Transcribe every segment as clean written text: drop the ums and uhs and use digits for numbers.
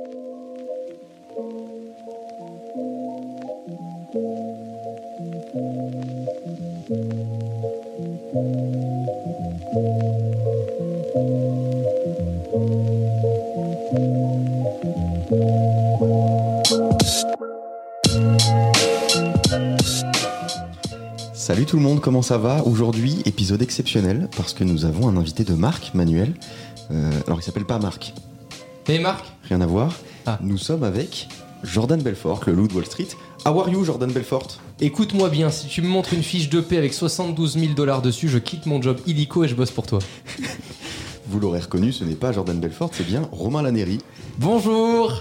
Salut tout le monde, comment ça va ? Aujourd'hui, épisode exceptionnel parce que nous avons un invité de marque, Manuel. Alors il s'appelle pas Marc. Hey Marc ? Rien à voir. Ah. Nous sommes avec Jordan Belfort, le loup de Wall Street. How are you, Jordan Belfort ? Écoute-moi bien, si tu me montres une fiche de paie avec 72 000 $ dessus, je quitte mon job illico et je bosse pour toi. Vous l'aurez reconnu, ce n'est pas Jordan Belfort, c'est bien Romain Lannéry. Bonjour !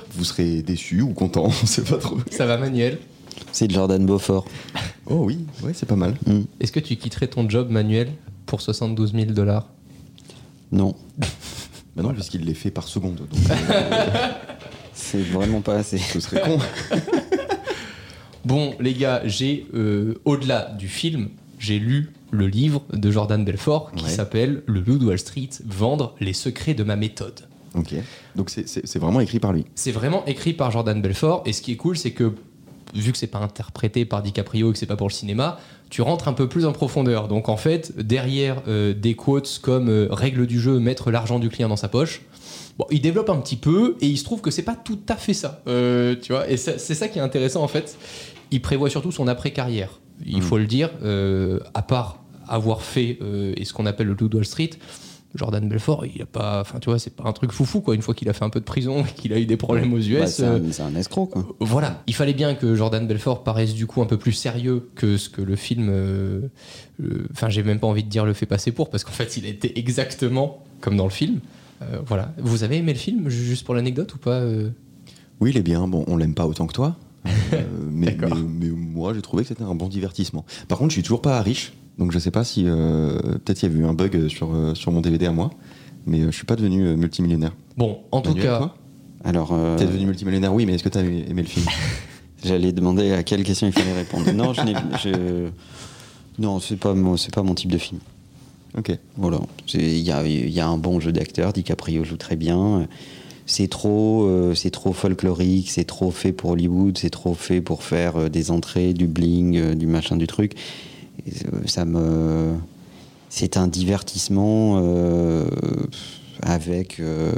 Vous serez déçu ou content, on sait pas trop. Ça va Manuel ? C'est Jordan Beaufort. Oh oui, ouais, c'est pas mal. Est-ce que tu quitterais ton job Manuel pour 72 000 $? Non. Bah non, puisqu'il les fait par seconde. Donc, C'est vraiment pas assez. ce serait con. Bon les gars, j'ai au-delà du film, j'ai lu le livre de Jordan Belfort qui s'appelle Le loup de Wall Street, vendre les secrets de ma méthode. Ok, donc c'est vraiment écrit par lui. C'est vraiment écrit par Jordan Belfort et ce qui est cool c'est que vu que c'est pas interprété par DiCaprio et que c'est pas pour le cinéma, tu rentres un peu plus en profondeur. Donc en fait, derrière des quotes comme règle du jeu, mettre l'argent du client dans sa poche, bon, il développe un petit peu et il se trouve que c'est pas tout à fait ça. Tu vois, et c'est ça qui est intéressant en fait. Il prévoit surtout son après-carrière. Il faut le dire, à part avoir fait et ce qu'on appelle le loup de Wall Street, Jordan Belfort, il a pas, enfin tu vois, c'est pas un truc foufou quoi. Une fois qu'il a fait un peu de prison et qu'il a eu des problèmes aux US, Bah, c'est un escroc quoi. voilà, il fallait bien que Jordan Belfort paraisse du coup un peu plus sérieux que ce que le film. Enfin, j'ai même pas envie de dire le fait passer pour parce qu'en fait, il a été exactement comme dans le film. Voilà. Vous avez aimé le film juste pour l'anecdote ou pas Oui, il est bien. Bon, on l'aime pas autant que toi. Mais D'accord. moi, j'ai trouvé que c'était un bon divertissement. Par contre, je suis toujours pas riche. Donc je sais pas si peut-être il y a eu un bug sur mon DVD à moi, mais je suis pas devenu multimillionnaire. Bon, en tout Manuel, cas, toi Alors, T'es devenu multimillionnaire, oui, mais est-ce que t'as aimé le film ? j'allais demander à quelle question il fallait répondre. Non, non, c'est pas mon type de film. Ok. Voilà. Il y a un bon jeu d'acteur. DiCaprio joue très bien. C'est trop folklorique. C'est trop fait pour Hollywood. C'est trop fait pour faire des entrées, du bling, du machin, du truc. Et c'est un divertissement avec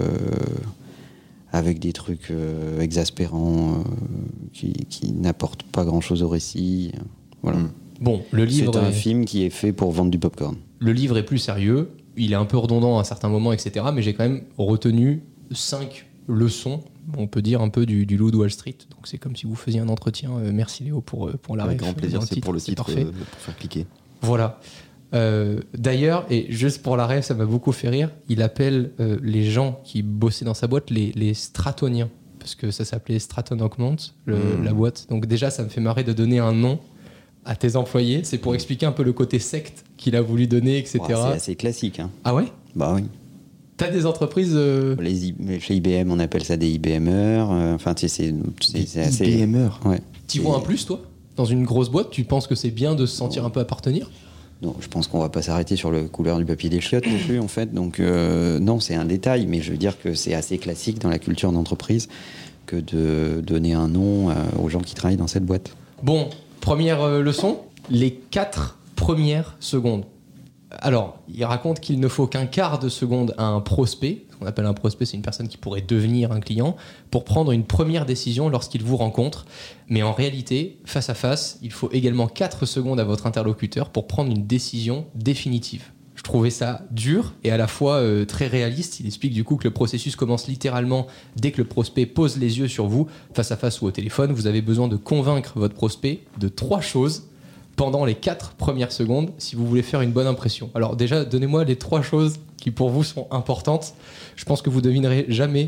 des trucs exaspérants qui n'apportent pas grand-chose au récit. Voilà. bon, le livre, C'est un film qui est fait pour vendre du popcorn. le livre est plus sérieux. Il est un peu redondant à certains moments, etc. Mais j'ai quand même retenu 5 leçons, on peut dire un peu du loup de Wall Street. Donc c'est comme si vous faisiez un entretien. Merci Léo pour la Avec ref grand plaisir, dans le c'est titre, pour le titre, parfait. pour faire cliquer. Voilà. D'ailleurs, et juste pour la rêve, ça m'a beaucoup fait rire, il appelle les gens qui bossaient dans sa boîte les Stratoniens, parce que ça s'appelait Stratton Oakmont, la boîte. Donc déjà, ça me fait marrer de donner un nom à tes employés. C'est pour expliquer un peu le côté secte qu'il a voulu donner, etc. Ouais, c'est assez classique. Hein. Ah ouais ? Bah oui. T'as des entreprises... Chez IBM, on appelle ça des IBMers. Enfin, tu sais, c'est assez... IBMer. Ouais. T'y vois un plus, toi ? Dans une grosse boîte, tu penses que c'est bien de se sentir un peu appartenir ? Non, je pense qu'on va pas s'arrêter sur la couleur du papier des chiottes non plus, en fait. Donc, non, c'est un détail, mais je veux dire que c'est assez classique dans la culture d'entreprise que de donner un nom aux gens qui travaillent dans cette boîte. Bon, première leçon, les 4 premières secondes. Alors, il raconte qu'il ne faut qu'un quart de seconde à un prospect. Ce qu'on appelle un prospect, c'est une personne qui pourrait devenir un client, pour prendre une première décision lorsqu'il vous rencontre. Mais en réalité, face à face, il faut également 4 secondes à votre interlocuteur pour prendre une décision définitive. Je trouvais ça dur et à la fois très réaliste. Il explique du coup que le processus commence littéralement dès que le prospect pose les yeux sur vous, face à face ou au téléphone. Vous avez besoin de convaincre votre prospect de 3 choses pendant les 4 premières secondes si vous voulez faire une bonne impression. Alors déjà, donnez-moi les 3 choses qui pour vous sont importantes. Je pense que vous devinerez jamais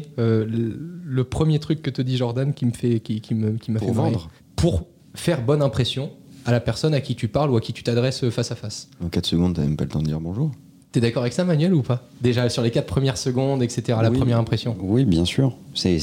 le premier truc que te dit Jordan qui m'a fait marrer. Pour faire bonne impression à la personne à qui tu parles ou à qui tu t'adresses face à face. En 4 secondes, t'as même pas le temps de dire bonjour. T'es d'accord avec ça, Manuel, ou pas ? Déjà, sur les 4 premières secondes, etc., la première impression. Oui, bien sûr.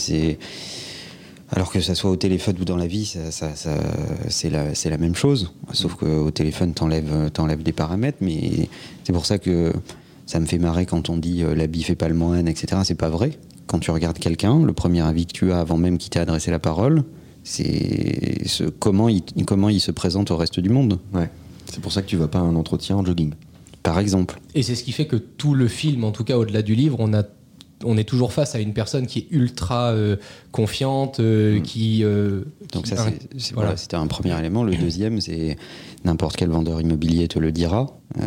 Alors que ça soit au téléphone ou dans la vie, c'est la même chose. Sauf qu'au téléphone, t'enlèves des paramètres, mais c'est pour ça que Ça me fait marrer quand on dit l'habit fait pas le moine, etc. C'est pas vrai. Quand tu regardes quelqu'un, le premier avis que tu as avant même qu'il t'ait adressé la parole, c'est comment il se présente au reste du monde. Ouais. C'est pour ça que tu vas pas à un entretien en jogging. Par exemple. Et c'est ce qui fait que tout le film, en tout cas au-delà du livre, on est toujours face à une personne qui est ultra confiante, qui... Donc ça, voilà. c'était un premier élément. Le deuxième, c'est n'importe quel vendeur immobilier te le dira.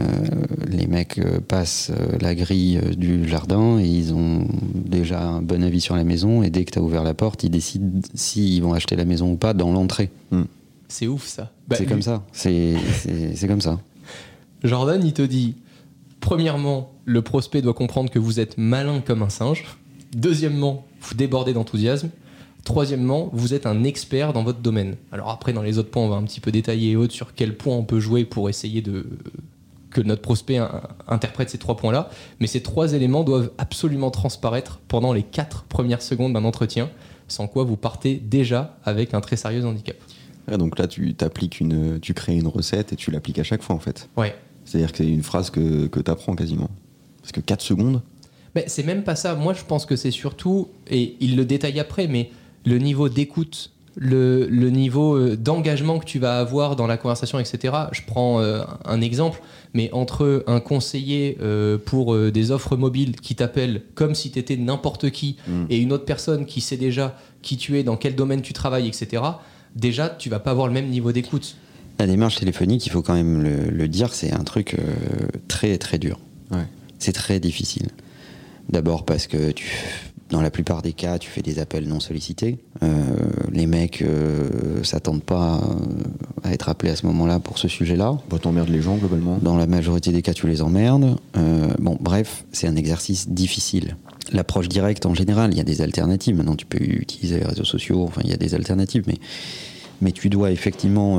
Les mecs passent la grille du jardin et ils ont déjà un bon avis sur la maison, et dès que tu as ouvert la porte, ils décident s'ils vont acheter la maison ou pas dans l'entrée. C'est ouf, ça. C'est comme ça. C'est comme ça. Jordan, il te dit, premièrement, le prospect doit comprendre que vous êtes malin comme un singe. Deuxièmement, vous débordez d'enthousiasme. Troisièmement, vous êtes un expert dans votre domaine. Alors après, dans les autres points, on va un petit peu détailler et autres sur quel point on peut jouer pour essayer que notre prospect interprète ces 3 points-là. Mais ces 3 éléments doivent absolument transparaître pendant les 4 premières secondes d'un entretien, sans quoi vous partez déjà avec un très sérieux handicap. Ouais, donc là, tu crées une recette et tu l'appliques à chaque fois, en fait. Ouais. C'est-à-dire que c'est une phrase que tu apprends quasiment. Parce que 4 secondes... Mais c'est même pas ça. Moi, je pense que c'est surtout, et il le détaille après, mais le niveau d'écoute, le niveau d'engagement que tu vas avoir dans la conversation, etc. Je prends un exemple, mais entre un conseiller pour des offres mobiles qui t'appelle comme si tu étais n'importe qui, et une autre personne qui sait déjà qui tu es, dans quel domaine tu travailles, etc., déjà, tu vas pas avoir le même niveau d'écoute. La démarche téléphonique, il faut quand même le dire, c'est un truc très très dur. Ouais. C'est très difficile. D'abord parce que dans la plupart des cas, tu fais des appels non sollicités. Les mecs s'attendent pas à être appelés à ce moment-là pour ce sujet-là. Bah, t'emmerdes les gens, globalement. Dans la majorité des cas, tu les emmerdes. Bon, bref, c'est un exercice difficile. L'approche directe, en général, il y a des alternatives. Maintenant, tu peux utiliser les réseaux sociaux, enfin, il y a des alternatives, mais tu dois effectivement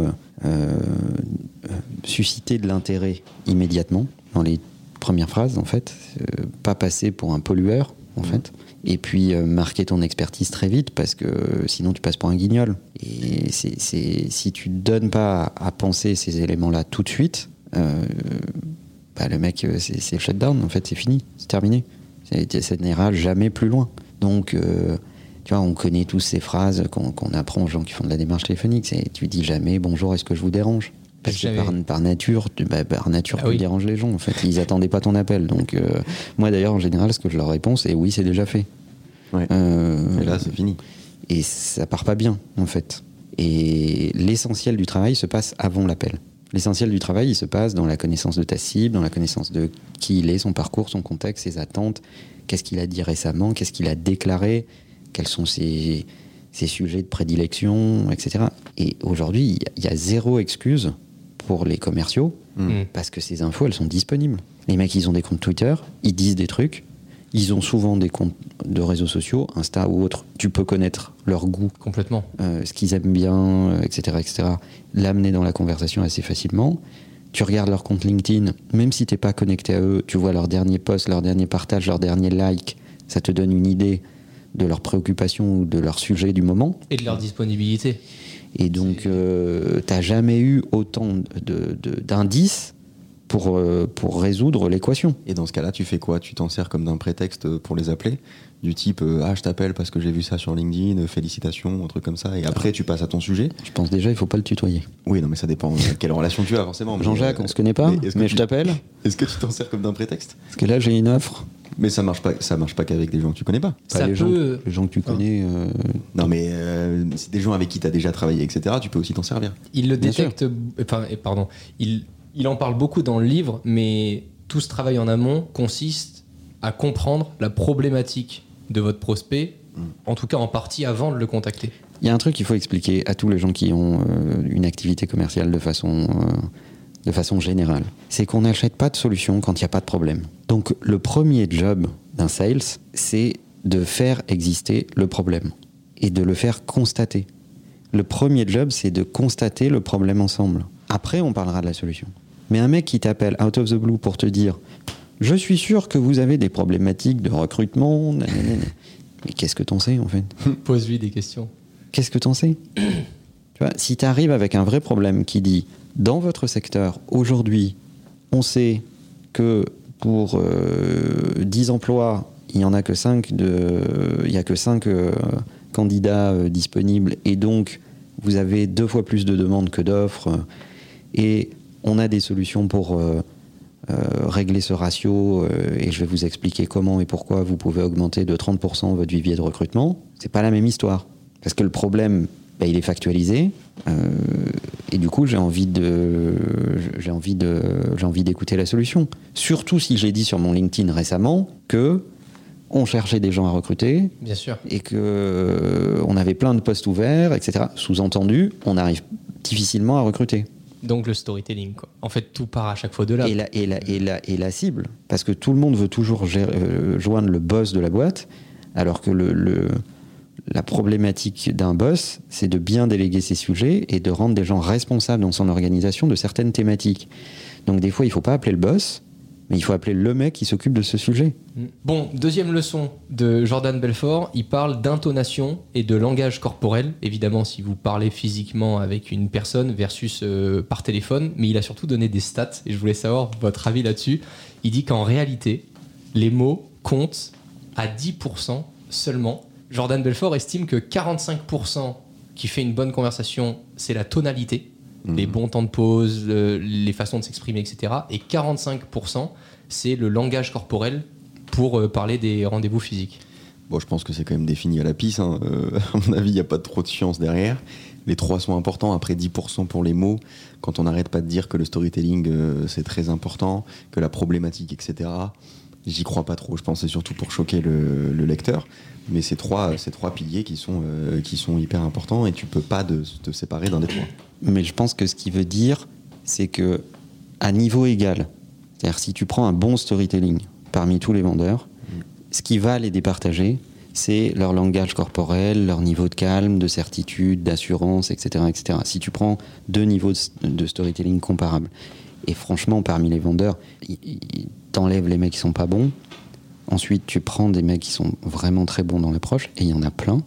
susciter de l'intérêt immédiatement dans les premières phrases, en fait, pas passer pour un pollueur, en fait, et puis marquer ton expertise très vite, parce que sinon tu passes pour un guignol. Et si tu ne donnes pas à penser ces éléments-là tout de suite, le mec, c'est shutdown, en fait, c'est fini, c'est terminé. Ça n'ira jamais plus loin. Donc, tu vois, on connaît tous ces phrases qu'on apprend aux gens qui font de la démarche téléphonique. Tu dis jamais « bonjour, est-ce que je vous dérange ?» Parce que par nature, tu déranges les gens, en fait. Ils n'attendaient pas ton appel. Donc, moi, d'ailleurs, en général, ce que je leur réponds, c'est « oui, c'est déjà fait. Ouais. » Et là, c'est fini. Et ça part pas bien, en fait. Et l'essentiel du travail se passe avant l'appel. L'essentiel du travail, il se passe dans la connaissance de ta cible, dans la connaissance de qui il est, son parcours, son contexte, ses attentes, qu'est-ce qu'il a dit récemment, qu'est-ce qu'il a déclaré, quels sont ses sujets de prédilection, etc. Et aujourd'hui, il y a zéro excuse pour les commerciaux, parce que ces infos, elles sont disponibles. Les mecs, ils ont des comptes Twitter, ils disent des trucs, ils ont souvent des comptes de réseaux sociaux, Insta ou autres, tu peux connaître leur goût, complètement, ce qu'ils aiment bien, etc., l'amener dans la conversation assez facilement. Tu regardes leur compte LinkedIn, même si t'es pas connecté à eux, tu vois leur dernier post, leur dernier partage, leur dernier like, ça te donne une idée de leurs préoccupations ou de leur sujet du moment. Et de leur disponibilité. Et donc, t'as jamais eu autant d'indices pour résoudre l'équation. Et dans ce cas-là, tu fais quoi ? Tu t'en sers comme d'un prétexte pour les appeler ? Du type je t'appelle parce que j'ai vu ça sur LinkedIn, félicitations, un truc comme ça, et après tu passes à ton sujet. Je pense déjà il faut pas le tutoyer. Oui, non, mais ça dépend de quelle relation tu as, forcément. Jean-Jacques, on se connaît pas, mais je t'appelle. Est-ce que tu t'en sers comme d'un prétexte ? Parce que là j'ai une offre. Mais ça marche pas qu'avec des gens que tu connais pas. Les gens que tu connais. Non, mais c'est des gens avec qui tu as déjà travaillé, etc. Tu peux aussi t'en servir. Il le détecte. Il en parle beaucoup dans le livre, mais tout ce travail en amont consiste à comprendre la problématique de votre prospect, en tout cas en partie avant de le contacter. Il y a un truc qu'il faut expliquer à tous les gens qui ont une activité commerciale de façon générale. C'est qu'on n'achète pas de solution quand il n'y a pas de problème. Donc le premier job d'un sales, c'est de faire exister le problème et de le faire constater. Le premier job, c'est de constater le problème ensemble. Après, on parlera de la solution. Mais un mec qui t'appelle out of the blue pour te dire « Je suis sûr que vous avez des problématiques de recrutement... » Mais qu'est-ce que t'en sais, en fait ? Pose-lui des questions. Qu'est-ce que t'en sais ? Tu vois, si t'arrives avec un vrai problème qui dit « Dans votre secteur, aujourd'hui, on sait que pour 10 emplois, il n'y en a que 5 candidats disponibles, et donc vous avez 2 fois plus de demandes que d'offres, et on a des solutions pour régler ce ratio, et je vais vous expliquer comment et pourquoi vous pouvez augmenter de 30% votre vivier de recrutement. C'est pas la même histoire, parce que le problème, il est factualisé, et du coup j'ai envie d'écouter la solution. Surtout si j'ai dit sur mon LinkedIn récemment que on cherchait des gens à recruter, Bien sûr. et que on avait plein de postes ouverts, etc. Sous-entendu, on arrive difficilement à recruter. Donc le storytelling, quoi. En fait, tout part à chaque fois de là. Et la cible, parce que tout le monde veut toujours joindre le boss de la boîte, alors que la problématique d'un boss, c'est de bien déléguer ses sujets et de rendre des gens responsables dans son organisation de certaines thématiques. Donc des fois, il ne faut pas appeler le boss, mais il faut appeler le mec qui s'occupe de ce sujet. Bon, deuxième leçon de Jordan Belfort, il parle d'intonation et de langage corporel. Évidemment, si vous parlez physiquement avec une personne versus par téléphone, mais il a surtout donné des stats, et je voulais savoir votre avis là-dessus. Il dit qu'en réalité, les mots comptent à 10% seulement. Jordan Belfort estime que 45% qui fait une bonne conversation, c'est la tonalité, les bons temps de pause, les façons de s'exprimer, etc. Et 45%, c'est le langage corporel pour parler des rendez-vous physiques. Bon, je pense que c'est quand même défini à la pisse. À mon avis, il n'y a pas trop de science derrière. Les 3 sont importants. Après, 10% pour les mots. Quand on n'arrête pas de dire que le storytelling, c'est très important, que la problématique, etc., j'y crois pas trop. Je pense que c'est surtout pour choquer le lecteur. Mais ces trois piliers qui sont hyper importants, et tu peux pas te séparer d'un des 3. Mais je pense que ce qu'il veut dire, c'est que à niveau égal, c'est-à-dire si tu prends un bon storytelling parmi tous les vendeurs, ce qui va les départager, c'est leur langage corporel, leur niveau de calme, de certitude, d'assurance, etc., etc. Si tu prends 2 niveaux de storytelling comparables, et franchement, parmi les vendeurs, t'enlèves les mecs qui sont pas bons. Ensuite, tu prends des mecs qui sont vraiment très bons dans l'approche, et il y en a plein.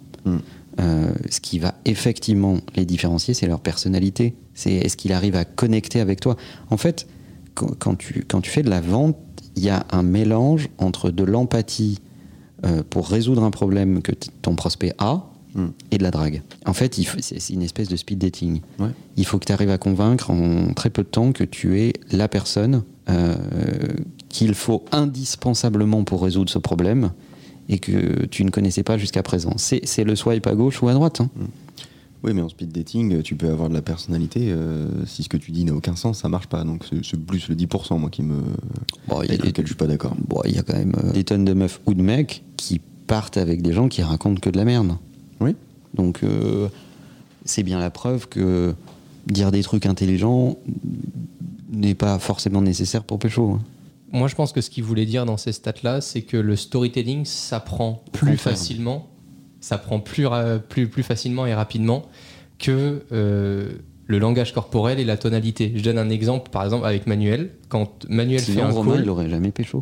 Ce qui va effectivement les différencier, c'est leur personnalité. C'est est-ce qu'il arrive à connecter avec toi. En fait, quand tu fais de la vente, il y a un mélange entre de l'empathie pour résoudre un problème que ton prospect a et de la drague. En fait, c'est une espèce de speed dating. Ouais. Il faut que tu arrives à convaincre en très peu de temps que tu es la personne qu'il faut indispensablement pour résoudre ce problème et que tu ne connaissais pas jusqu'à présent. C'est le swipe à gauche ou à droite. Oui, mais en speed dating, tu peux avoir de la personnalité. Si ce que tu dis n'a aucun sens, ça marche pas. Donc c'est plus le 10%, moi, avec lequel je suis pas d'accord. Il y a quand même des tonnes de meufs ou de mecs qui partent avec des gens qui racontent que de la merde. Oui. Donc c'est bien la preuve que dire des trucs intelligents n'est pas forcément nécessaire pour pécho. Moi, je pense que ce qu'il voulait dire dans ces stats-là, c'est que le storytelling s'apprend plus facilement. Ça prend plus facilement et rapidement que le langage corporel et la tonalité. Je donne un exemple, par exemple, avec Manuel. Quand Manuel fait un Romain, call... il n'aurait jamais pécho.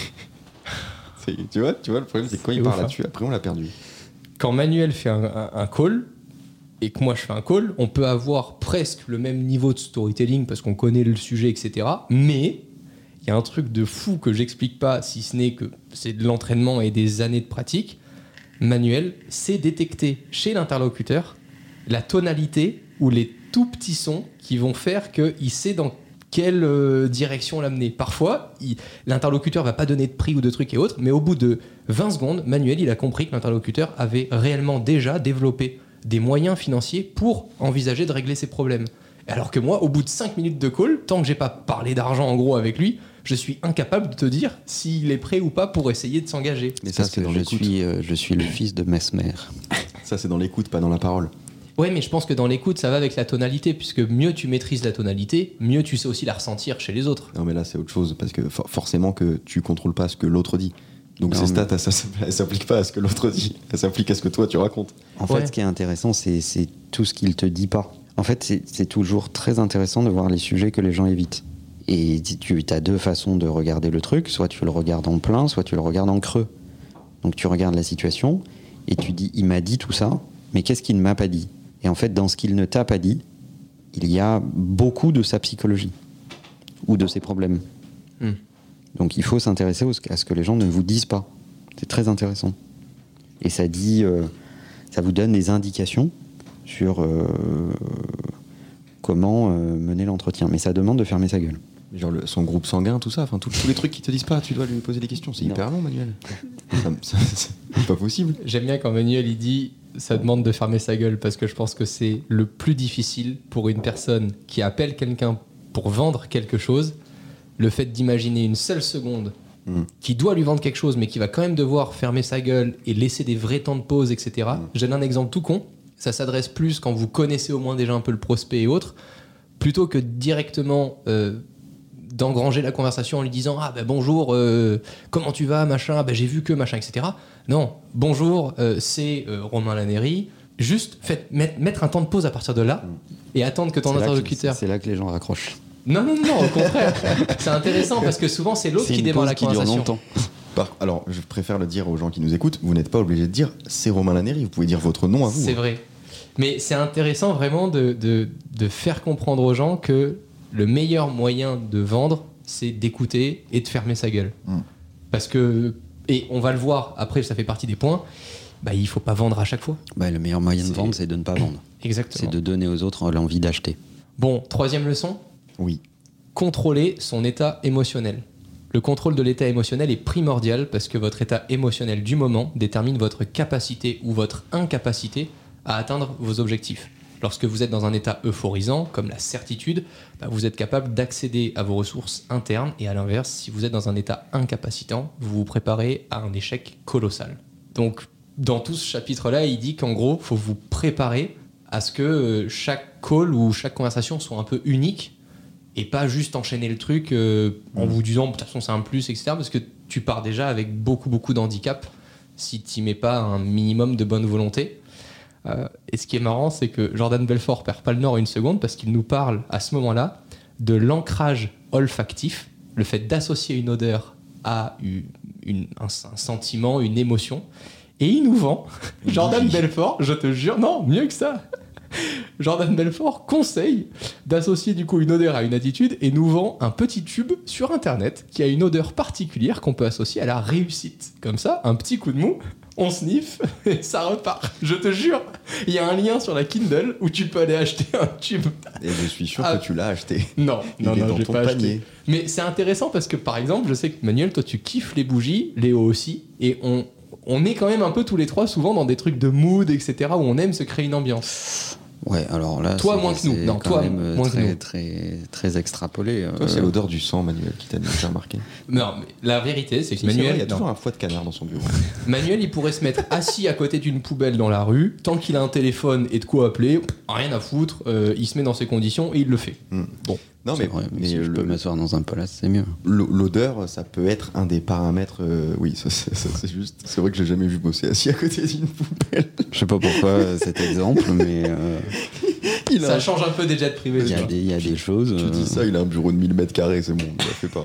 tu vois, le problème, c'est que quand il parle là-dessus, après, on l'a perdu. Quand Manuel fait un call et que moi, je fais un call, on peut avoir presque le même niveau de storytelling parce qu'on connaît le sujet, etc. Mais il y a un truc de fou que j'explique pas, si ce n'est que c'est de l'entraînement et des années de pratique. Manuel sait détecter chez l'interlocuteur la tonalité ou les tout petits sons qui vont faire qu'il sait dans quelle direction l'amener. Parfois, l'interlocuteur va pas donner de prix ou de trucs et autres, mais au bout de 20 secondes, Manuel, il a compris que l'interlocuteur avait réellement déjà développé des moyens financiers pour envisager de régler ses problèmes. Alors que moi, au bout de 5 minutes de call, tant que j'ai pas parlé d'argent en gros avec lui, je suis incapable de te dire s'il est prêt ou pas pour essayer de s'engager. Mais ça, c'est dans l'écoute. Je suis le fils de Mesmer. Ça, c'est dans l'écoute, pas dans la parole. Ouais, mais je pense que dans l'écoute, ça va avec la tonalité, puisque mieux tu maîtrises la tonalité, mieux tu sais aussi la ressentir chez les autres. Non, mais là, c'est autre chose, parce que forcément que tu contrôles pas ce que l'autre dit. Donc ces stats, elles s'appliquent pas à ce que l'autre dit, elles s'appliquent à ce que toi, tu racontes. En fait, ce qui est intéressant, c'est tout ce qu'il te dit pas. En fait, c'est toujours très intéressant de voir les sujets que les gens évitent. Et tu as 2 façons de regarder le truc, soit tu le regardes en plein, soit tu le regardes en creux. Donc tu regardes la situation et tu dis, il m'a dit tout ça, mais qu'est-ce qu'il ne m'a pas dit ? Et en fait, dans ce qu'il ne t'a pas dit, il y a beaucoup de sa psychologie ou de ses problèmes. Donc il faut s'intéresser à ce que les gens ne vous disent pas. C'est très intéressant. Et ça vous donne des indications sur comment mener l'entretien. Mais ça demande de fermer sa gueule. Genre son groupe sanguin, tout ça, enfin tous les trucs qui te disent pas, tu dois lui poser des questions. C'est hyper long, Manuel. C'est pas possible. J'aime bien quand Manuel il dit ça demande de fermer sa gueule parce que je pense que c'est le plus difficile pour une personne qui appelle quelqu'un pour vendre quelque chose. Le fait d'imaginer une seule seconde qui doit lui vendre quelque chose mais qui va quand même devoir fermer sa gueule et laisser des vrais temps de pause, etc. Je donne un exemple tout con. Ça s'adresse plus quand vous connaissez au moins déjà un peu le prospect et autres, plutôt que directement d'engranger la conversation en lui disant « Ah ben bonjour, comment tu vas, machin, ben j'ai vu que, machin, etc. » Non, bonjour, c'est Romain Lannéry. Juste mettre un temps de pause à partir de là et attendre que ton interlocuteur... C'est là que les gens raccrochent. Non, au contraire. C'est intéressant parce que souvent c'est l'autre qui démarre la conversation. Alors, je préfère le dire aux gens qui nous écoutent, vous n'êtes pas obligé de dire c'est Romain Lannéry, vous pouvez dire votre nom à vous. C'est vrai. Mais c'est intéressant vraiment de faire comprendre aux gens que le meilleur moyen de vendre, c'est d'écouter et de fermer sa gueule. Parce que, et on va le voir, après ça fait partie des points, il faut pas vendre à chaque fois. Le meilleur moyen de vendre, c'est de ne pas vendre. Exactement. C'est de donner aux autres l'envie d'acheter. Bon, troisième leçon. Oui. Contrôler son état émotionnel. Le contrôle de l'état émotionnel est primordial parce que votre état émotionnel du moment détermine votre capacité ou votre incapacité à atteindre vos objectifs. Lorsque vous êtes dans un état euphorisant, comme la certitude, vous êtes capable d'accéder à vos ressources internes et à l'inverse, si vous êtes dans un état incapacitant, vous vous préparez à un échec colossal. Donc, dans tout ce chapitre-là, il dit qu'en gros, il faut vous préparer à ce que chaque call ou chaque conversation soit un peu unique et pas juste enchaîner le truc en vous disant de toute façon c'est un plus, etc. Parce que tu pars déjà avec beaucoup d'handicap si tu n'y mets pas un minimum de bonne volonté. Et ce qui est marrant, c'est que Jordan Belfort perd pas le nord une seconde parce qu'il nous parle à ce moment-là de l'ancrage olfactif, le fait d'associer une odeur à un sentiment, une émotion. Et il nous vend, Jordan Belfort, je te jure, non, mieux que ça. Jordan Belfort conseille d'associer du coup une odeur à une attitude et nous vend un petit tube sur internet qui a une odeur particulière qu'on peut associer à la réussite. Comme ça, un petit coup de mou, on sniffe et ça repart. Je te jure, il y a un lien sur la Kindle où tu peux aller acheter un tube. Et je suis sûr que tu l'as acheté. Non, j'ai pas acheté. Mais c'est intéressant parce que par exemple, je sais que Manuel, toi tu kiffes les bougies, Léo aussi, et on est quand même un peu tous les trois souvent dans des trucs de mood, etc. où on aime se créer une ambiance. Ouais, alors là, toi moins que nous. Non, toi moins que nous. Très extrapolé. Toi, c'est l'odeur du sang, Manuel, qui t'a déjà remarqué. Non, mais la vérité, c'est que Manuel, il y a toujours un foie de canard dans son bureau. Manuel, il pourrait se mettre assis à côté d'une poubelle dans la rue, tant qu'il a un téléphone et de quoi appeler, rien à foutre, il se met dans ses conditions et il le fait. Bon. Non, mais si je peux m'asseoir dans un palace, c'est mieux. L'odeur, ça peut être un des paramètres. Oui, ça, c'est juste. C'est vrai que j'ai jamais vu bosser assis à côté d'une poubelle. Je sais pas pourquoi cet exemple, mais. Ça change un peu des jets privés. Il y a des choses. Tu dis ça, il a un bureau de 1000 mètres carrés, c'est bon, ça fait pas.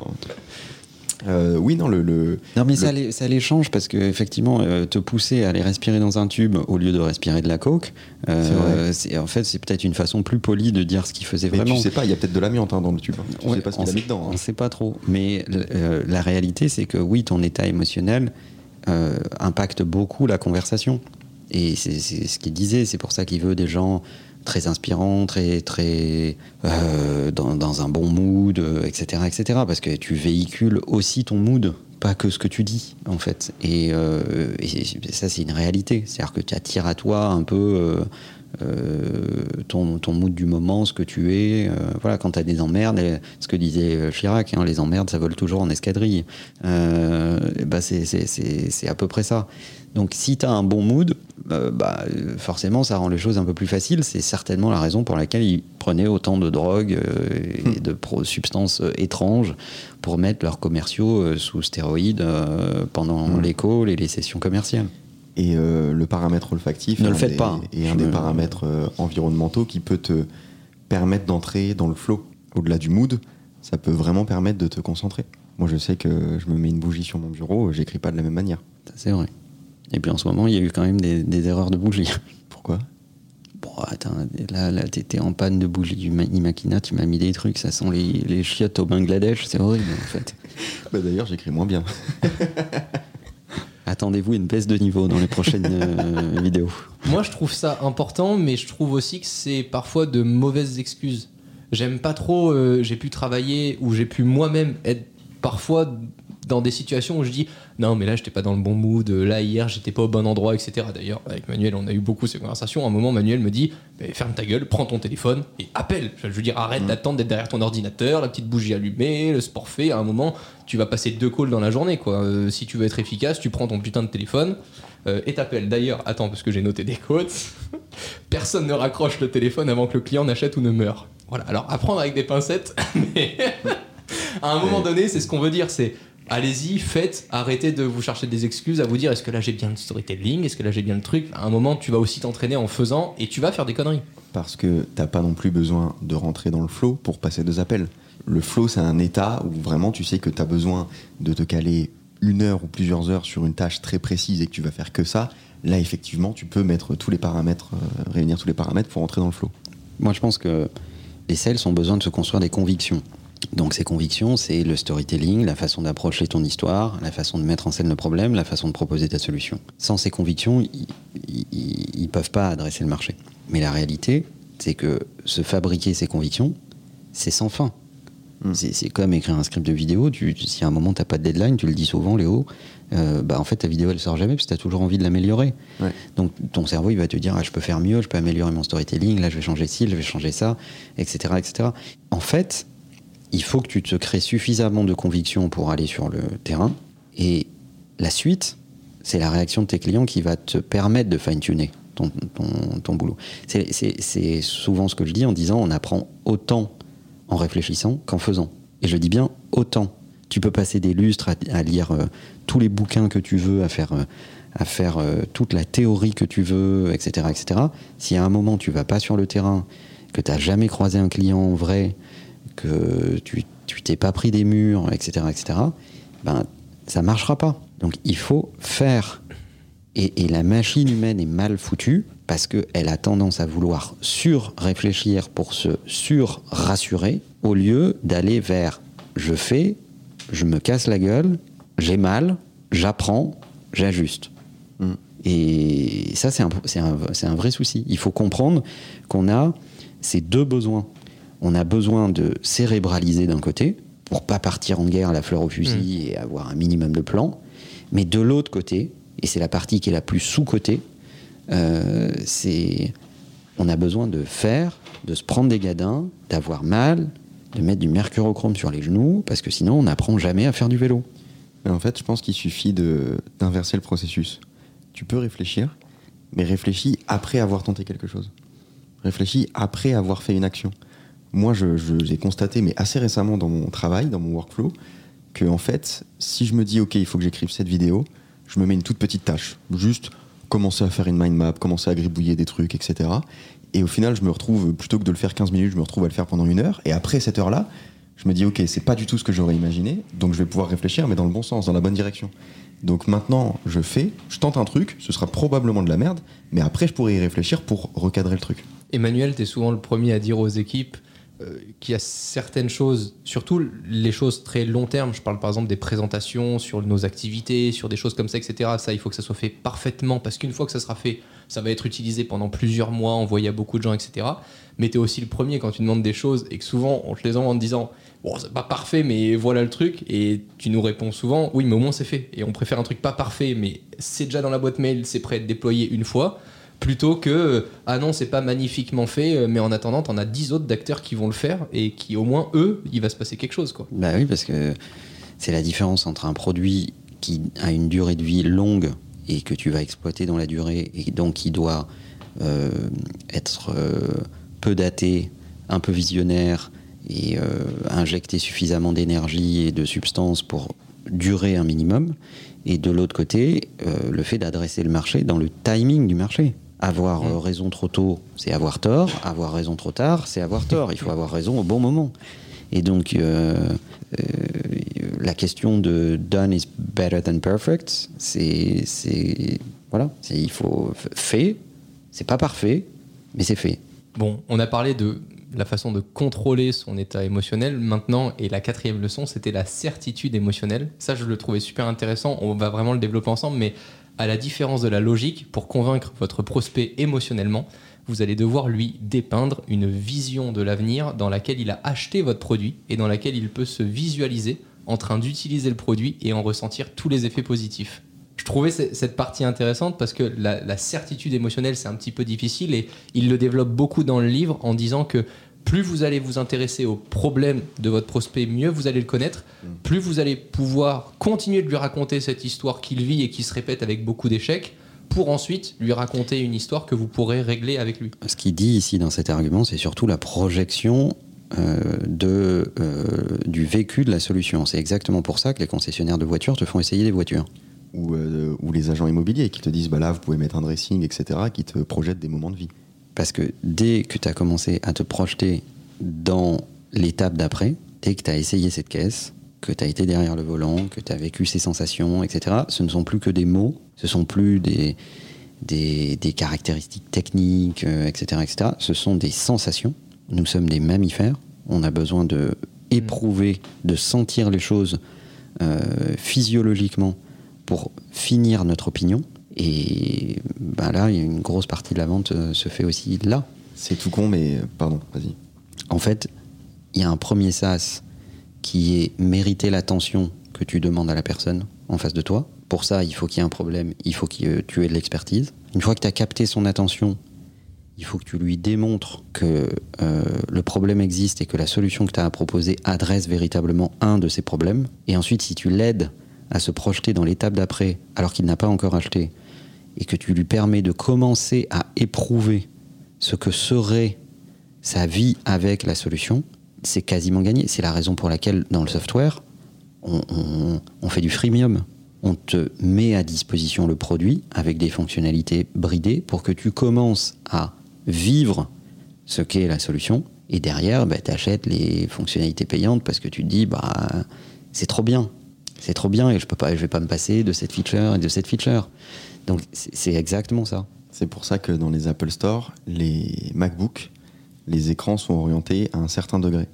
Oui, non, Non, mais ça les change parce que effectivement, te pousser à aller respirer dans un tube au lieu de respirer de la coke, en fait, c'est peut-être une façon plus polie de dire ce qu'il faisait mais vraiment. Tu sais pas, il y a peut-être de l'amiante dans le tube. Tu sais pas ce qu'il a mis dedans. On sait pas trop. Mais la réalité, c'est que oui, ton état émotionnel impacte beaucoup la conversation. Et c'est ce qu'il disait. C'est pour ça qu'il veut des gens très inspirants, très dans un bon mood, etc., parce que tu véhicules aussi ton mood, pas que ce que tu dis, en fait. Et ça, c'est une réalité. C'est-à-dire que tu attires à toi un peu ton mood du moment, ce que tu es. Voilà, quand tu as des emmerdes, ce que disait Chirac, les emmerdes, ça vole toujours en escadrille. C'est à peu près ça. Donc si tu as un bon mood, forcément ça rend les choses un peu plus faciles. C'est certainement la raison pour laquelle ils prenaient autant de drogues et de substances étranges pour mettre leurs commerciaux sous stéroïdes pendant les calls et les sessions commerciales. Et le paramètre olfactif ne le faites pas. Et un des paramètres environnementaux qui peut te permettre d'entrer dans le flow. Au-delà du mood, ça peut vraiment permettre de te concentrer. Moi je sais que je me mets une bougie sur mon bureau, j'écris pas de la même manière. C'est vrai. Et puis en ce moment, il y a eu quand même des erreurs de bougie. Pourquoi ? Bon, attends, là t'étais en panne de bougie du Imakina, tu m'as mis des trucs, ça sent les chiottes au Bangladesh, c'est horrible en fait. Bah d'ailleurs, j'écris moins bien. Attendez-vous une baisse de niveau dans les prochaines vidéos. Moi, je trouve ça important, mais je trouve aussi que c'est parfois de mauvaises excuses. J'aime pas trop, j'ai pu travailler ou j'ai pu moi-même être parfois dans des situations où je dis non mais là j'étais pas dans le bon mood, là hier j'étais pas au bon endroit, etc. D'ailleurs avec Manuel on a eu beaucoup ces conversations. À un moment Manuel me dit ferme ta gueule, prends ton téléphone et appelle. Je veux dire arrête d'attendre d'être derrière ton ordinateur, la petite bougie allumée, le sport fait. À un moment tu vas passer 2 calls dans la journée quoi. Si tu veux être efficace tu prends ton putain de téléphone et t'appelles. D'ailleurs attends parce que j'ai noté des quotes. Personne ne raccroche le téléphone avant que le client n'achète ou ne meure. Voilà, alors à prendre avec des pincettes, mais à un moment donné, c'est ce qu'on veut dire, c'est allez-y, faites, arrêtez de vous chercher des excuses, à vous dire est-ce que là j'ai bien le storytelling, est-ce que là j'ai bien le truc. À un moment, tu vas aussi t'entraîner en faisant et tu vas faire des conneries. Parce que t'as pas non plus besoin de rentrer dans le flow pour passer 2 appels. Le flow, c'est un état où vraiment tu sais que t'as besoin de te caler 1 heure ou plusieurs heures sur une tâche très précise et que tu vas faire que ça. Là, effectivement, tu peux mettre tous les paramètres, réunir tous les paramètres pour rentrer dans le flow. Moi, je pense que les sales ont besoin de se construire des convictions. Donc ces convictions, c'est le storytelling, la façon d'approcher ton histoire, la façon de mettre en scène le problème, la façon de proposer ta solution. Sans ces convictions, ils peuvent pas adresser le marché. Mais la réalité, c'est que se fabriquer ces convictions, c'est sans fin. C'est comme écrire un script de vidéo. Si à un moment t'as pas de deadline, tu le dis souvent, Léo, en fait ta vidéo elle sort jamais parce que t'as toujours envie de l'améliorer. Ouais. Donc ton cerveau il va te dire je peux faire mieux, je peux améliorer mon storytelling, là je vais changer ci, je vais changer ça, etc., etc. En fait, il faut que tu te crées suffisamment de conviction pour aller sur le terrain, et la suite, c'est la réaction de tes clients qui va te permettre de fine-tuner ton boulot. C'est souvent ce que je dis en disant on apprend autant en réfléchissant qu'en faisant. Et je dis bien autant. Tu peux passer des lustres à lire tous les bouquins que tu veux, à faire toute la théorie que tu veux, etc., etc. Si à un moment tu vas pas sur le terrain, que tu n'as jamais croisé un client en vrai, que tu t'es pas pris des murs, etc., etc., ça marchera pas. Donc il faut faire. Et la machine humaine est mal foutue parce qu'elle a tendance à vouloir sur-réfléchir pour se sur-rassurer au lieu d'aller vers je fais, je me casse la gueule, j'ai mal, j'apprends, j'ajuste. Et ça, c'est un vrai souci. Il faut comprendre qu'on a ces 2 besoins. On a besoin de cérébraliser d'un côté pour pas partir en guerre à la fleur au fusil et avoir un minimum de plan. Mais de l'autre côté, et c'est la partie qui est la plus sous-cotée, on a besoin de faire, de se prendre des gadins, d'avoir mal, de mettre du mercurochrome sur les genoux, parce que sinon on n'apprend jamais à faire du vélo. Mais en fait, je pense qu'il suffit d'inverser le processus. Tu peux réfléchir, mais réfléchis après avoir tenté quelque chose. Réfléchis après avoir fait une action. Moi, j'ai constaté, mais assez récemment dans mon travail, dans mon workflow, que en fait, si je me dis, ok, il faut que j'écrive cette vidéo, je me mets une toute petite tâche. Juste commencer à faire une mind map, commencer à gribouiller des trucs, etc. Et au final, je me retrouve, plutôt que de le faire 15 minutes, je me retrouve à le faire pendant 1 heure. Et après cette heure-là, je me dis, ok, c'est pas du tout ce que j'aurais imaginé, donc je vais pouvoir réfléchir, mais dans le bon sens, dans la bonne direction. Donc maintenant, je tente un truc, ce sera probablement de la merde, mais après, je pourrai y réfléchir pour recadrer le truc. Emmanuel, t'es souvent le premier à dire aux équipes qu'il y a certaines choses, surtout les choses très long terme, je parle par exemple des présentations sur nos activités, sur des choses comme ça, etc. Ça, il faut que ça soit fait parfaitement, parce qu'une fois que ça sera fait, ça va être utilisé pendant plusieurs mois, envoyé à beaucoup de gens, etc. Mais t'es aussi le premier quand tu demandes des choses et que souvent on te les envoie en te disant bon, c'est pas parfait, mais voilà le truc, et tu nous réponds souvent oui, mais au moins c'est fait. Et on préfère un truc pas parfait, mais c'est déjà dans la boîte mail, c'est prêt à être déployé une fois, plutôt que ah non, c'est pas magnifiquement fait, mais en attendant t'en as 10 autres d'acteurs qui vont le faire et qui au moins eux il va se passer quelque chose quoi. Bah oui, parce que c'est la différence entre un produit qui a une durée de vie longue et que tu vas exploiter dans la durée et donc qui doit être peu daté, un peu visionnaire et injecter suffisamment d'énergie et de substance pour durer un minimum, et de l'autre côté le fait d'adresser le marché dans le timing du marché. Avoir raison trop tôt, c'est avoir tort. Avoir raison trop tard, c'est avoir tort. Il faut avoir raison au bon moment. Et donc, la question de done is better than perfect, il faut fait, c'est pas parfait, Mais c'est fait. Bon, on a parlé de la façon de contrôler son état émotionnel maintenant, et la 4e leçon, c'était la certitude émotionnelle. Ça, je le trouvais super intéressant, on va vraiment le développer ensemble, mais à la différence de la logique, pour convaincre votre prospect émotionnellement, vous allez devoir lui dépeindre une vision de l'avenir dans laquelle il a acheté votre produit et dans laquelle il peut se visualiser en train d'utiliser le produit et en ressentir tous les effets positifs. Je trouvais cette partie intéressante parce que la certitude émotionnelle, c'est un petit peu difficile, et il le développe beaucoup dans le livre en disant que plus vous allez vous intéresser aux problèmes de votre prospect, mieux vous allez le connaître, plus vous allez pouvoir continuer de lui raconter cette histoire qu'il vit et qui se répète avec beaucoup d'échecs, pour ensuite lui raconter une histoire que vous pourrez régler avec lui. Ce qu'il dit ici dans cet argument, c'est surtout la projection du vécu de la solution. C'est exactement pour ça que les concessionnaires de voitures te font essayer des voitures. Ou les agents immobiliers qui te disent bah là vous pouvez mettre un dressing, etc., qui te projettent des moments de vie. Parce que dès que tu as commencé à te projeter dans l'étape d'après, dès que tu as essayé cette caisse, que tu as été derrière le volant, que tu as vécu ces sensations, etc., ce ne sont plus que des mots, ce ne sont plus des caractéristiques techniques, etc., etc. Ce sont des sensations. Nous sommes des mammifères, on a besoin de éprouver, de sentir les choses physiologiquement pour finir notre opinion. Et ben là, une grosse partie de la vente se fait aussi là. C'est tout con, mais pardon, vas-y. En fait, il y a un premier sas qui est mériter l'attention que tu demandes à la personne en face de toi. Pour ça, il faut qu'il y ait un problème, il faut que tu aies de l'expertise. Une fois que tu as capté son attention, il faut que tu lui démontres que le problème existe et que la solution que tu as à proposer adresse véritablement un de ces problèmes. Et ensuite, si tu l'aides à se projeter dans l'étape d'après, alors qu'il n'a pas encore acheté, et que tu lui permets de commencer à éprouver ce que serait sa vie avec la solution, c'est quasiment gagné. C'est la raison pour laquelle, dans le software, on fait du freemium. On te met à disposition le produit avec des fonctionnalités bridées pour que tu commences à vivre ce qu'est la solution. Et derrière, tu achètes les fonctionnalités payantes parce que tu te dis, c'est trop bien. C'est trop bien et je vais pas me passer de cette feature et de cette feature. Donc c'est exactement ça. C'est pour ça que dans les Apple Store, les MacBook, les écrans sont orientés à un certain degré.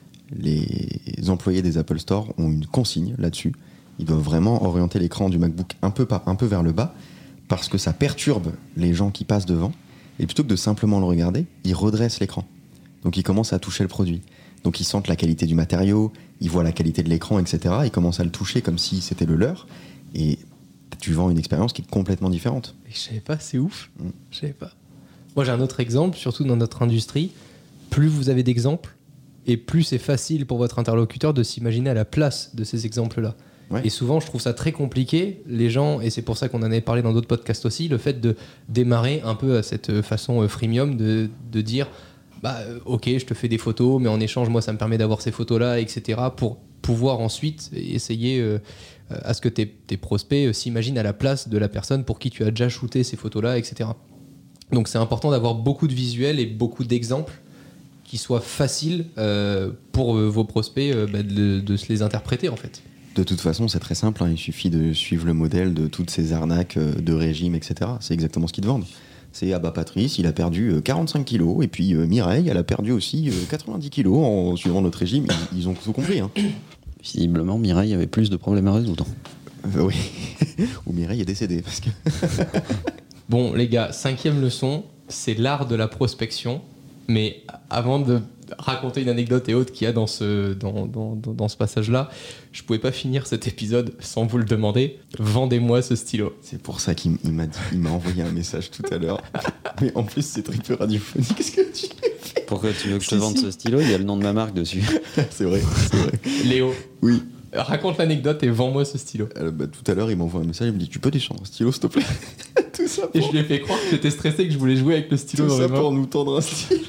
Les employés des Apple Store ont une consigne là-dessus. Ils doivent vraiment orienter l'écran du MacBook un peu vers le bas parce que ça perturbe les gens qui passent devant. Et plutôt que de simplement le regarder, ils redressent l'écran. Donc ils commencent à toucher le produit. Donc ils sentent la qualité du matériau, ils voient la qualité de l'écran, etc. Ils commencent à le toucher comme si c'était le leur. Et tu vends une expérience qui est complètement différente. Et je savais pas, c'est ouf. Je savais pas. Moi j'ai un autre exemple, surtout dans notre industrie. Plus vous avez d'exemples, et plus c'est facile pour votre interlocuteur de s'imaginer à la place de ces exemples-là. Ouais. Et souvent, je trouve ça très compliqué, les gens, et c'est pour ça qu'on en avait parlé dans d'autres podcasts aussi, le fait de démarrer un peu à cette façon freemium, de dire ok, je te fais des photos, mais en échange, moi, ça me permet d'avoir ces photos-là, etc., pour pouvoir ensuite essayer à ce que tes prospects s'imaginent à la place de la personne pour qui tu as déjà shooté ces photos-là, etc. Donc, c'est important d'avoir beaucoup de visuels et beaucoup d'exemples qui soient faciles pour vos prospects de se les interpréter, en fait. De toute façon, c'est très simple, il suffit de suivre le modèle de toutes ces arnaques de régime, etc. C'est exactement ce qu'ils te vendent. C'est Patrice, il a perdu 45 kilos, et puis Mireille, elle a perdu aussi 90 kilos en suivant notre régime. Ils ont tout compris. Visiblement, Mireille avait plus de problèmes à résoudre. Oui, ou Mireille est décédée. Parce que... Bon, les gars, 5e leçon, c'est l'art de la prospection. Mais avant de raconter une anecdote et autres qu'il y a dans ce passage-là, je pouvais pas finir cet épisode sans vous le demander. Vendez-moi ce stylo. C'est pour ça qu'il m'a envoyé un message tout à l'heure. Mais en plus, c'est très peu radiophonique. Qu'est-ce que tu fais ? Pourquoi tu veux que je te vende ce stylo ? Il y a le nom de ma marque dessus. C'est vrai. Léo. Oui. Raconte l'anecdote et vends-moi ce stylo. Tout à l'heure, il m'envoie un message, il me dit tu peux descendre un stylo, s'il te plaît. Tout ça pour... Et je lui ai fait croire que j'étais stressé, que je voulais jouer avec le stylo. Tout ça pour nous tendre un stylo.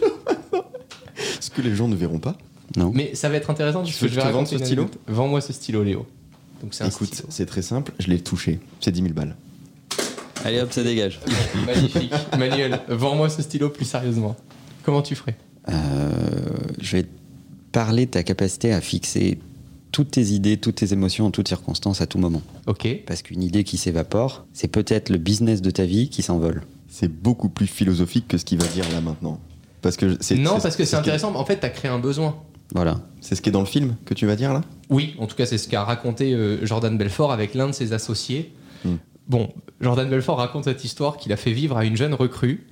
Ce que les gens ne verront pas. Non. Mais ça va être intéressant parce que je vais raconter ce stylo. Vends-moi ce stylo, Léo. Donc c'est Écoute, stylo. C'est très simple, je l'ai touché. C'est 10 000 balles. Allez hop, ça dégage. Magnifique. Manuel, vends-moi ce stylo plus sérieusement. Comment tu ferais ? Je vais te parler de ta capacité à fixer toutes tes idées, toutes tes émotions en toutes circonstances, à tout moment. Ok. Parce qu'une idée qui s'évapore, c'est peut-être le business de ta vie qui s'envole. c'est beaucoup plus philosophique que ce qu'il va dire là maintenant. Parce que parce que c'est intéressant. En fait, t'as créé un besoin. Voilà. C'est ce qui est dans le film que tu vas dire là ? Oui, en tout cas, c'est ce qu'a raconté Jordan Belfort avec l'un de ses associés. Bon, Jordan Belfort raconte cette histoire qu'il a fait vivre à une jeune recrue.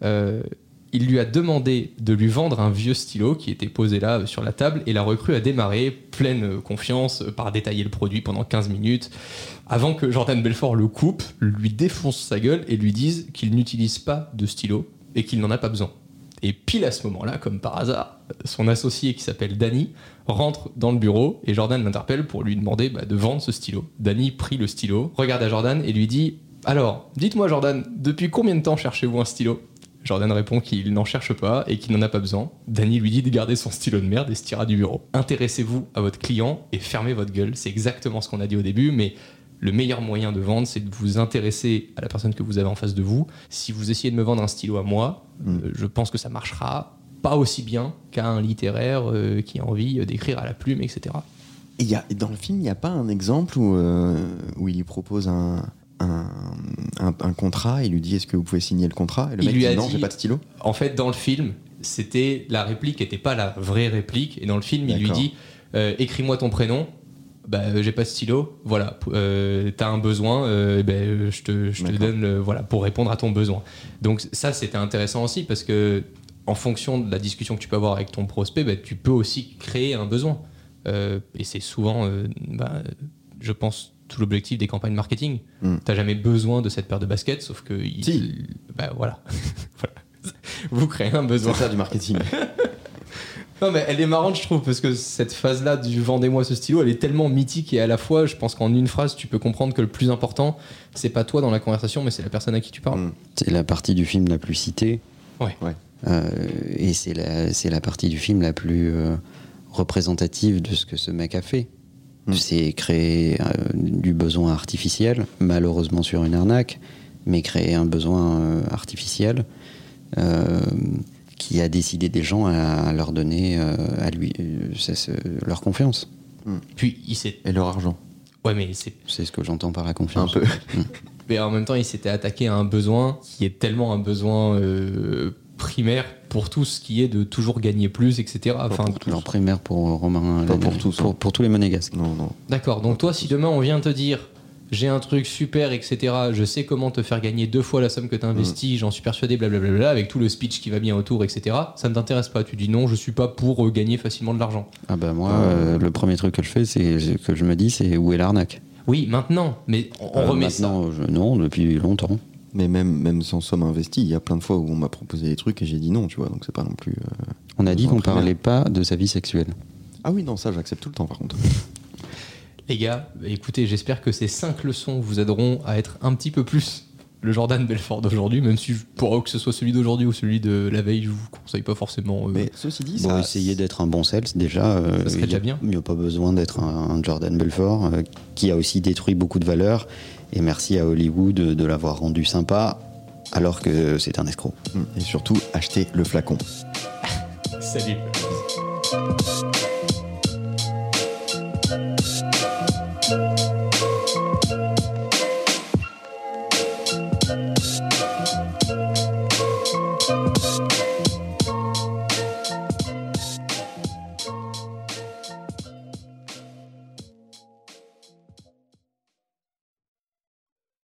Il lui a demandé de lui vendre un vieux stylo qui était posé là sur la table, et la recrue a démarré, pleine confiance, par détailler le produit pendant 15 minutes, avant que Jordan Belfort le coupe, lui défonce sa gueule et lui dise qu'il n'utilise pas de stylo et qu'il n'en a pas besoin. Et pile à ce moment-là, comme par hasard, son associé qui s'appelle Danny rentre dans le bureau et Jordan l'interpelle pour lui demander de vendre ce stylo. Danny prit le stylo, regarde à Jordan et lui dit « Alors, dites-moi Jordan, depuis combien de temps cherchez-vous un stylo ?» Jordan répond qu'il n'en cherche pas et qu'il n'en a pas besoin. Danny lui dit de garder son stylo de merde et se tira du bureau. Intéressez-vous à votre client et fermez votre gueule. C'est exactement ce qu'on a dit au début, mais le meilleur moyen de vendre, c'est de vous intéresser à la personne que vous avez en face de vous. Si vous essayez de me vendre un stylo à moi, je pense que ça marchera pas aussi bien qu'à un littéraire qui a envie d'écrire à la plume, etc. Et dans le film, il n'y a pas un exemple où il lui propose un contrat, il lui dit est-ce que vous pouvez signer le contrat, et le mec dit non, j'ai pas de stylo. En fait, dans le film, la réplique n'était pas la vraie réplique, et dans le film, il lui dit écris-moi ton prénom. J'ai pas de stylo, voilà, t'as un besoin, je te donne pour répondre à ton besoin. Donc ça, c'était intéressant aussi, parce que en fonction de la discussion que tu peux avoir avec ton prospect, tu peux aussi créer un besoin, et c'est souvent je pense tout l'objectif des campagnes marketing. T'as jamais besoin de cette paire de baskets, sauf que voilà. Vous créez un besoin. C'est faire du marketing. Non, mais elle est marrante, je trouve, parce que cette phase-là du vendez-moi ce stylo, elle est tellement mythique, et à la fois, je pense qu'en une phrase, tu peux comprendre que le plus important, c'est pas toi dans la conversation, mais c'est la personne à qui tu parles. C'est la partie du film la plus citée. Ouais. Et c'est la partie du film la plus représentative de ce que ce mec a fait. C'est créer du besoin artificiel, malheureusement sur une arnaque, mais créer un besoin artificiel qui a décidé des gens à leur donner à lui leur confiance. Puis et leur argent. Ouais, mais c'est ce que j'entends par la confiance. Un peu. Mais en même temps, il s'était attaqué à un besoin qui est tellement un besoin primaire pour tout ce qui est de toujours gagner plus, etc. Alors primaire pour Romain, pas pour tous, pour tous les monégasques. Non. D'accord. Donc toi, si demain on vient te dire j'ai un truc super, etc., je sais comment te faire gagner 2 fois la somme que tu as investie, j'en suis persuadé, blablabla, avec tout le speech qui va bien autour, etc., ça ne t'intéresse pas. Tu dis non, je suis pas pour gagner facilement de l'argent. Ah moi, le premier truc que je fais, que je me dis, c'est où est l'arnaque. Oui, maintenant, mais on remet maintenant, non, depuis longtemps. Mais même sans somme investie, il y a plein de fois où on m'a proposé des trucs et j'ai dit non, tu vois, donc c'est pas non plus... on a dit qu'on parlait pas de sa vie sexuelle. Ah oui, non, ça j'accepte tout le temps par contre. Les gars, écoutez, j'espère que ces 5 leçons vous aideront à être un petit peu plus le Jordan Belfort d'aujourd'hui, même si pour que ce soit celui d'aujourd'hui ou celui de la veille, je vous conseille pas forcément. Mais ceci dit, essayer d'être un bon sales, déjà, ça serait déjà bien. Il n'y a pas besoin d'être un Jordan Belfort qui a aussi détruit beaucoup de valeurs. Et merci à Hollywood de l'avoir rendu sympa, alors que c'est un escroc. Et surtout, achetez le flacon. Salut.